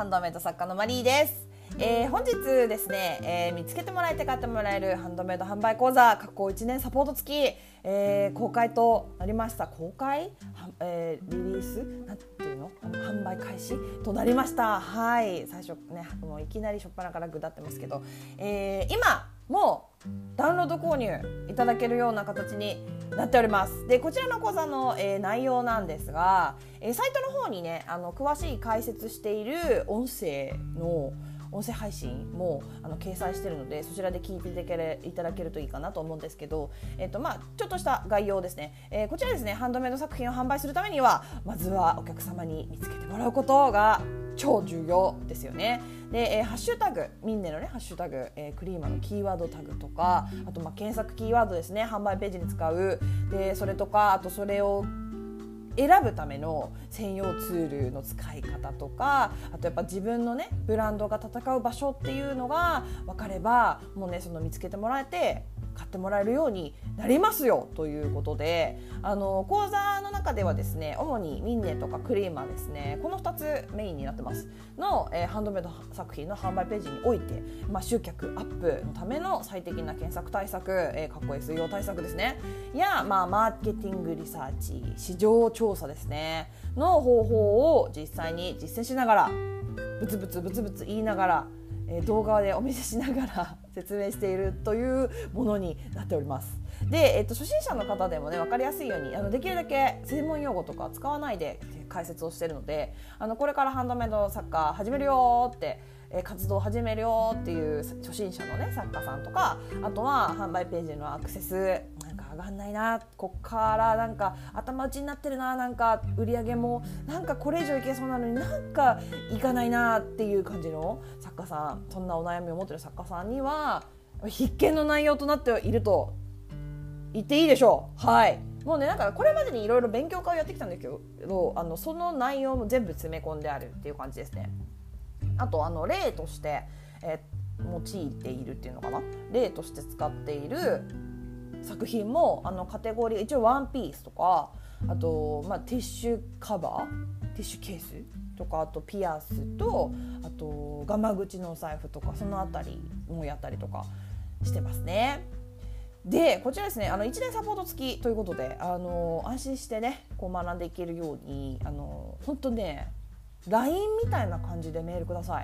ハンドメイド作家のマリーです。本日ですね、見つけてもらえて買ってもらえるハンドメイド販売講座過去1年サポート付き、公開となりました。公開、リリースなんていうの、販売開始となりました。はい、最初ね、もういきなり初っ端からぐだってますけど、今もうダウンロード購入いただけるような形になっております。でこちらの講座の、内容なんですが、サイトの方にね詳しい解説している音声配信も掲載しているので、そちらで聞いていただけるといいかなと思うんですけど、ちょっとした概要ですね。こちらですね、ハンドメイド作品を販売するためにはまずはお客様に見つけてもらうことが超重要ですよね。で、ハッシュタグ、みんなのねハッシュタグ、クリーマのキーワードタグとか、あと検索キーワードですね、販売ページに使う。でそれとか、あとそれを選ぶための専用ツールの使い方とか、あとやっぱ自分のねブランドが戦う場所っていうのが分かれば、もうねその見つけてもらえて買ってもらえるようになりますよということで、講座の中ではですね、主にミンネとかクリーマですね、この2つメインになってますの、ハンドメイド作品の販売ページにおいて、集客アップのための最適な検索対策、かっこ SEO 対策ですねや、マーケティングリサーチ、市場調査ですねの方法を実際に実践しながら、ブツブツ言いながら、動画でお見せしながら説明しているというものになっております。で、初心者の方でもね分かりやすいようにできるだけ専門用語とか使わないで解説をしているので、これからハンドメイド作家始めるよって、活動を始めるよっていう初心者のね作家さんとか、あとは販売ページのアクセスなんか上がんないな、こっからなんか頭打ちになってるな、なんか売り上げもなんかこれ以上いけそうなのになんかいかないなっていう感じの作家さん、そんなお悩みを持っている作家さんには必見の内容となっていると言っていいでしょう。はい、もうね、なんかこれまでにいろいろ勉強会をやってきたんですけど、その内容も全部詰め込んであるっていう感じですね。あと例として、用いているっていうのかな、例として使っている作品もカテゴリー一応ワンピースとか、あと、ティッシュカバー、ティッシュケースとか、あとピアスと、あとガマ口のお財布とか、そのあたりもやったりとかしてますね。でこちらですね、1年サポート付きということで、安心してねこう学んでいけるように、本当ね LINE みたいな感じでメールください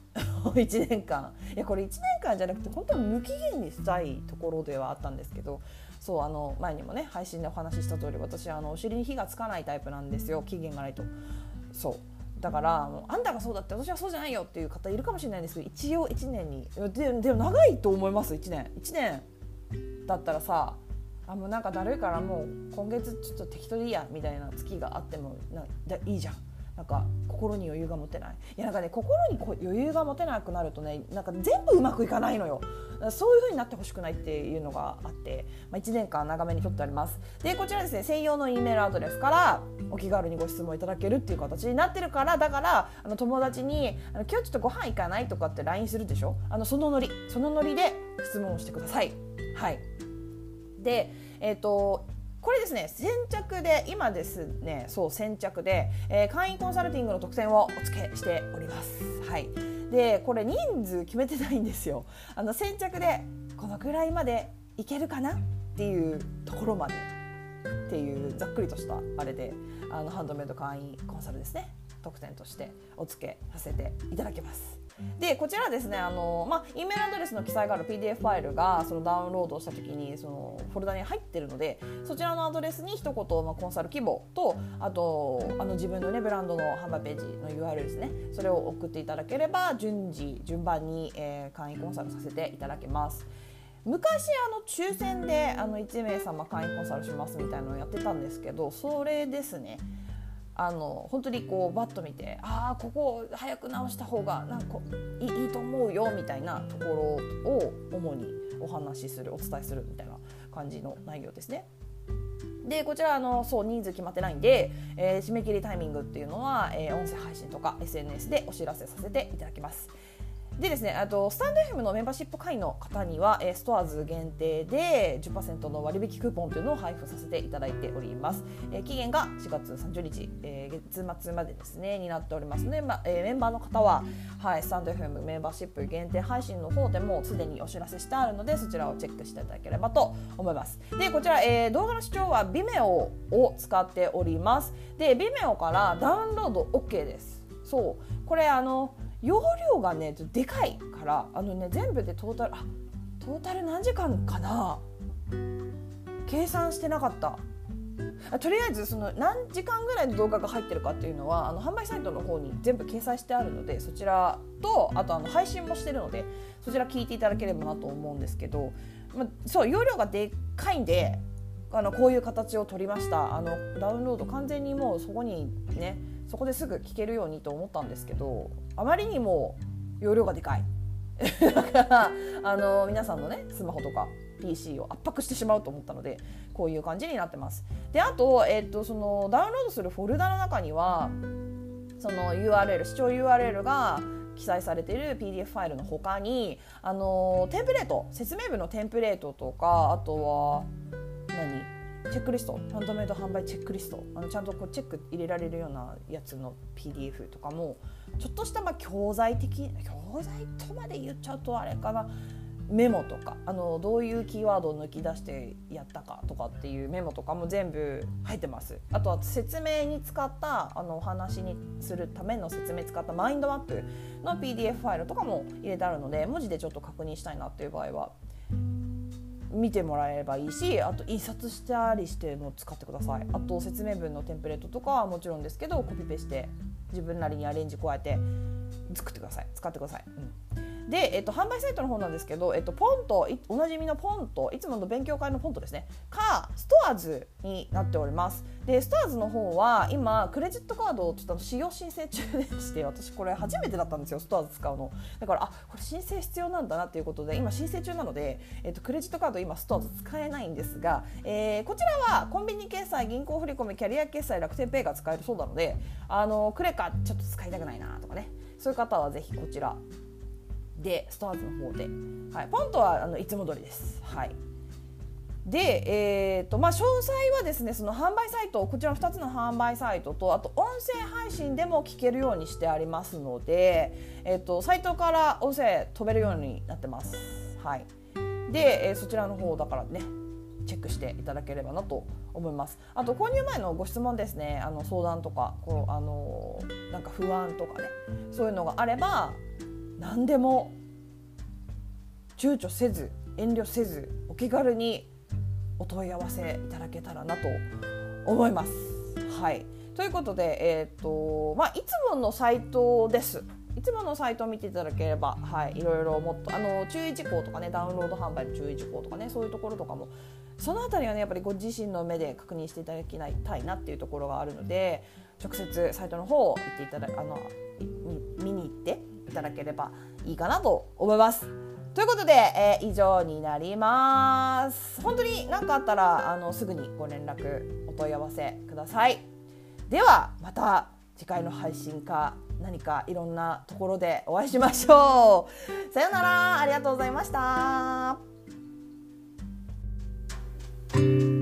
1年間、いやこれ1年間じゃなくて本当に無期限にしたいところではあったんですけど、そう前にもね配信でお話しした通り、私お尻に火がつかないタイプなんですよ、期限がないと。そうだからあんたがそうだって私はそうじゃないよっていう方いるかもしれないんですけど、一応1年にでも長いと思います。1年だったらさ、もうなんかだるいからもう今月ちょっと適当でいいやみたいな月があってもいいじゃん。なんか心に余裕が持てない。いやなんかね、心に余裕が持てなくなるとね、なんか全部うまくいかないのよ。そういう風になってほしくないっていうのがあって、1年間長めに取ってあります。でこちらですね、専用の E メールアドレスからお気軽にご質問いただけるっていう形になってるから、だから友達に今日ちょっとご飯行かないとかって LINE するでしょ、そのノリで質問をしてください。はい。でこれですね、先着で今ですね、先着で、会員コンサルティングの特典をお付けしております。はい。でこれ人数決めてないんですよ。先着でこのくらいまでいけるかなっていうところまでっていうざっくりとしたあれで、ハンドメイド会員コンサルですね、特典としてお付けさせていただきます。でこちらですね、E メールアドレスの記載がある PDF ファイルがそのダウンロードした時にそのフォルダに入ってるので、そちらのアドレスに一言、コンサル希望と、あと自分のねブランドの販売ページの URL ですね、それを送っていただければ順番に、会員コンサルさせていただけます。昔抽選で1名様会員コンサルしますみたいなのをやってたんですけど、それですね、本当にこうバッと見て、ここ早く直した方がなんかいいと思うよみたいなところを主にお話しする、お伝えするみたいな感じの内容ですね。でこちら人数決まってないんで、締め切りタイミングっていうのは、音声配信とか SNS でお知らせさせていただきます。 でですね、スタンド FM のメンバーシップ会員の方には、ストアーズ限定で 10% の割引クーポンというのを配布させていただいております。期限が4月30日、月末までですねになっておりますので、メンバーの方は、はい、スタンド FM メンバーシップ限定配信の方でもすでにお知らせしてあるので、そちらをチェックしていただければと思います。でこちら、動画の視聴は Vimeo を使っております。で Vimeo からダウンロード OK です。そうこれ容量がねでかいから全部でトータル何時間かな、計算してなかった。とりあえずその何時間ぐらいの動画が入ってるかっていうのは販売サイトの方に全部掲載してあるので、そちらとあと配信もしてるのでそちら聞いていただければなと思うんですけど、そう容量がでかいんでこういう形を取りました。ダウンロード完全にもうそこですぐ聞けるようにと思ったんですけど、あまりにも容量がでかいだから皆さんのねスマホとか PC を圧迫してしまうと思ったのでこういう感じになってます。であと、そのダウンロードするフォルダの中にはその URL 視聴 URL が記載されている PDF ファイルの他にテンプレート、説明文のテンプレートとか、あとはチェックリスト、ハンドメイド販売チェックリスト、ちゃんとこうチェック入れられるようなやつの PDF とかもちょっとした教材とまで言っちゃうとあれかな、メモとかどういうキーワードを抜き出してやったかとかっていうメモとかも全部入ってます。あとは説明に使ったお話にするための説明使ったマインドマップの PDF ファイルとかも入れてあるので、文字でちょっと確認したいなっていう場合は見てもらえればいいし、あと印刷したりしても使ってください。あと説明文のテンプレートとかはもちろんですけどコピペして自分なりにアレンジ加えて作ってください、使ってください。で、販売サイトの方なんですけど、ポント、おなじみのポント、いつもの勉強会のポントですねかストアーズになっております。でストアーズの方は今クレジットカードをちょっと使用申請中でして、私これ初めてだったんですよ、ストアーズ使うの。だからこれ申請必要なんだなということで今申請中なので、クレジットカード今ストアーズ使えないんですが、こちらはコンビニ決済、銀行振込、キャリア決済、楽天ペイが使えるそうなので、クレカちょっと使いたくないなとかね、そういう方はぜひこちらでストアーズの方で、はい、ポントはいつも通りです。はい、で、詳細はですね、その販売サイト、こちらの2つの販売サイトと、あと音声配信でも聞けるようにしてありますので、サイトから音声飛べるようになってます。はい、で、そちらの方だからねチェックしていただければなと思います。あと購入前のご質問ですね、相談とかなんか不安とかね、そういうのがあれば何でも躊躇せず遠慮せずお気軽にお問い合わせいただけたらなと思います。はい、ということで、いつものサイトです。いつものサイトを見ていただければ、はい、いろいろもっと注意事項とかね、ダウンロード販売の注意事項とかね、そういうところとかもそのあたりはねやっぱりご自身の目で確認していただきたいなっていうところがあるので、直接サイトの方を行っていただ見に行っていただければいいかなと思います。ということで、以上になります。本当に何かあったらすぐにご連絡お問い合わせください。ではまた次回の配信か何かいろんなところでお会いしましょう。さよなら、ありがとうございました。